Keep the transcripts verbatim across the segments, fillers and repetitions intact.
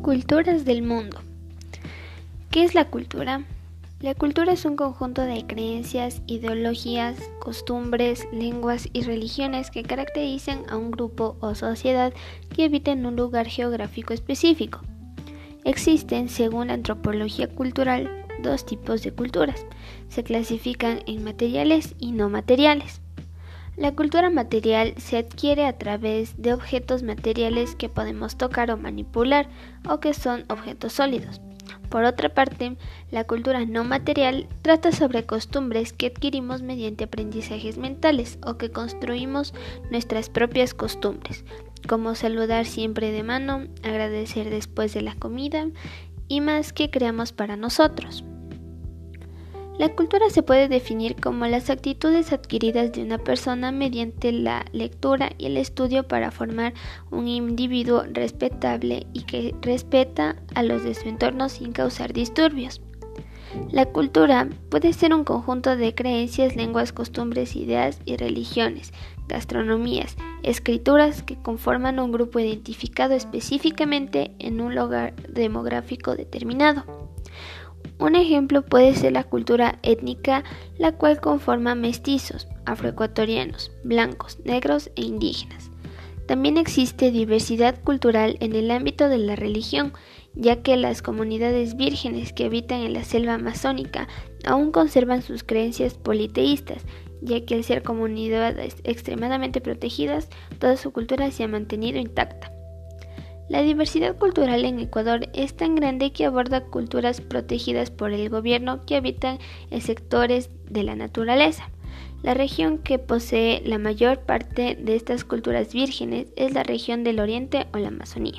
Culturas del mundo. ¿Qué es la cultura? La cultura es un conjunto de creencias, ideologías, costumbres, lenguas y religiones que caracterizan a un grupo o sociedad que habita en un lugar geográfico específico. Existen, según la antropología cultural, dos tipos de culturas. Se clasifican en materiales y no materiales. La cultura material se adquiere a través de objetos materiales que podemos tocar o manipular o que son objetos sólidos. Por otra parte, la cultura no material trata sobre costumbres que adquirimos mediante aprendizajes mentales o que construimos nuestras propias costumbres, como saludar siempre de mano, agradecer después de la comida y más que creamos para nosotros. La cultura se puede definir como las actitudes adquiridas de una persona mediante la lectura y el estudio para formar un individuo respetable y que respeta a los de su entorno sin causar disturbios. La cultura puede ser un conjunto de creencias, lenguas, costumbres, ideas y religiones, gastronomías, escrituras que conforman un grupo identificado específicamente en un lugar demográfico determinado. Un ejemplo puede ser la cultura étnica, la cual conforma mestizos, afroecuatorianos, blancos, negros e indígenas. También existe diversidad cultural en el ámbito de la religión, ya que las comunidades vírgenes que habitan en la selva amazónica aún conservan sus creencias politeístas, ya que al ser comunidades extremadamente protegidas, toda su cultura se ha mantenido intacta. La diversidad cultural en Ecuador es tan grande que aborda culturas protegidas por el gobierno que habitan en sectores de la naturaleza. La región que posee la mayor parte de estas culturas vírgenes es la región del Oriente o la Amazonía.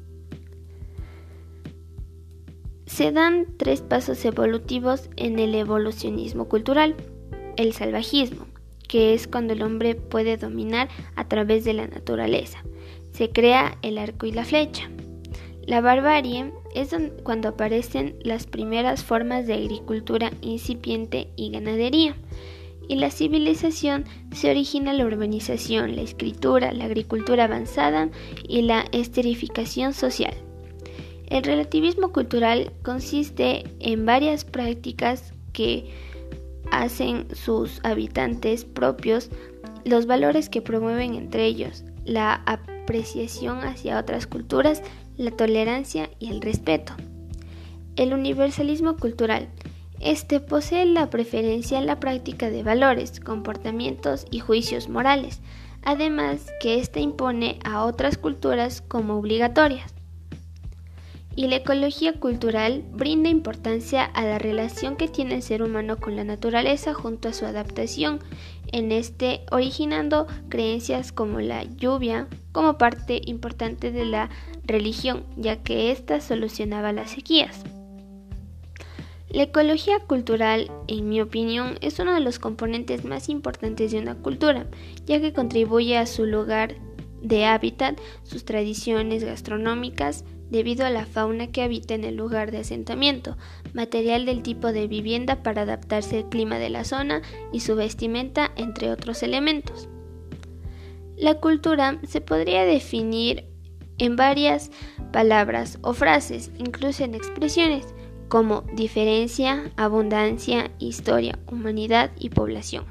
Se dan tres pasos evolutivos en el evolucionismo cultural. El salvajismo, que es cuando el hombre puede dominar a través de la naturaleza. Se crea el arco y la flecha. La barbarie es cuando aparecen las primeras formas de agricultura incipiente y ganadería. Y la civilización se origina la urbanización, la escritura, la agricultura avanzada y la esterificación social. El relativismo cultural consiste en varias prácticas que hacen sus habitantes propios los valores que promueven entre ellos, la apreciación hacia otras culturas, la tolerancia y el respeto. El universalismo cultural. Este posee la preferencia en la práctica de valores, comportamientos y juicios morales, además que ésta impone a otras culturas como obligatorias. Y la ecología cultural brinda importancia a la relación que tiene el ser humano con la naturaleza junto a su adaptación, en este originando creencias como la lluvia como parte importante de la religión, ya que ésta solucionaba las sequías. La ecología cultural, en mi opinión, es uno de los componentes más importantes de una cultura, ya que contribuye a su lugar de hábitat, sus tradiciones gastronómicas, debido a la fauna que habita en el lugar de asentamiento, material del tipo de vivienda para adaptarse al clima de la zona y su vestimenta, entre otros elementos. La cultura se podría definir en varias palabras o frases, incluso en expresiones, como diferencia, abundancia, historia, humanidad y población.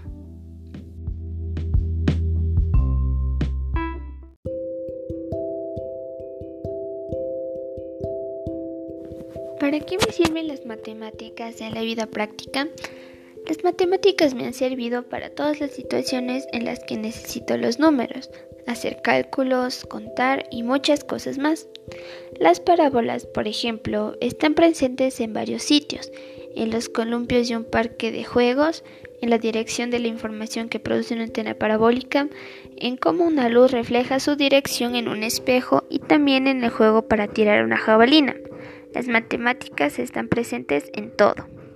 ¿Para qué me sirven las matemáticas en la vida práctica? Las matemáticas me han servido para todas las situaciones en las que necesito los números, hacer cálculos, contar y muchas cosas más. Las parábolas, por ejemplo, están presentes en varios sitios, en los columpios de un parque de juegos, en la dirección de la información que produce una antena parabólica, en cómo una luz refleja su dirección en un espejo y también en el juego para tirar una jabalina. Las matemáticas están presentes en todo.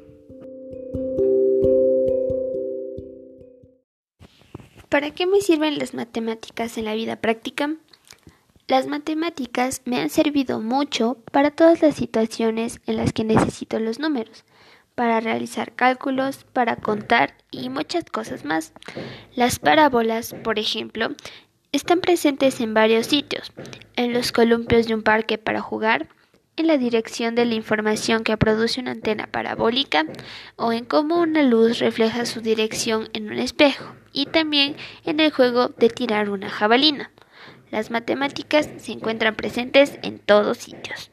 ¿Para qué me sirven las matemáticas en la vida práctica? Las matemáticas me han servido mucho para todas las situaciones en las que necesito los números, para realizar cálculos, para contar y muchas cosas más. Las parábolas, por ejemplo, están presentes en varios sitios, en los columpios de un parque para jugar, en la dirección de la información que produce una antena parabólica o en cómo una luz refleja su dirección en un espejo, y también en el juego de tirar una jabalina. Las matemáticas se encuentran presentes en todos sitios.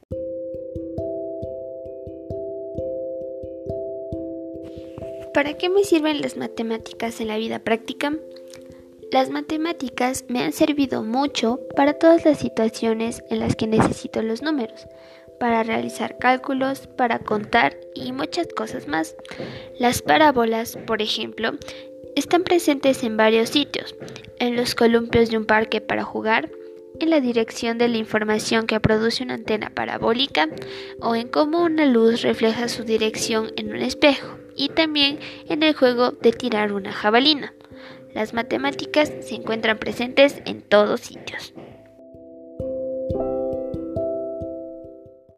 ¿Para qué me sirven las matemáticas en la vida práctica? Las matemáticas me han servido mucho para todas las situaciones en las que necesito los números, para realizar cálculos, para contar y muchas cosas más. Las parábolas, por ejemplo, están presentes en varios sitios: en los columpios de un parque para jugar, en la dirección de la información que produce una antena parabólica o en cómo una luz refleja su dirección en un espejo, y también en el juego de tirar una jabalina. Las matemáticas se encuentran presentes en todos sitios.